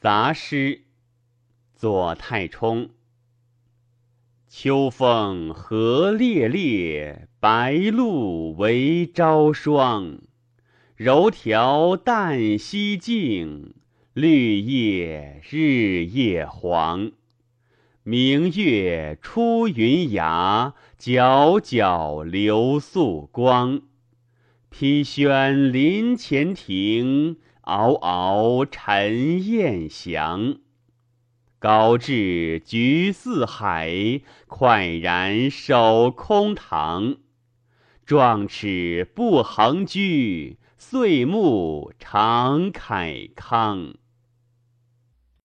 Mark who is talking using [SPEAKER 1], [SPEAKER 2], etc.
[SPEAKER 1] 杂诗，左太冲。秋风何烈烈，白露为朝霜。柔条旦夕静，绿叶日夜黄。明月出云崖，皎皎流素光。披轩林前庭，嗷嗷晨雁翔。高至橘四海，快然守空堂。壮齿不横居，岁暮常慨康。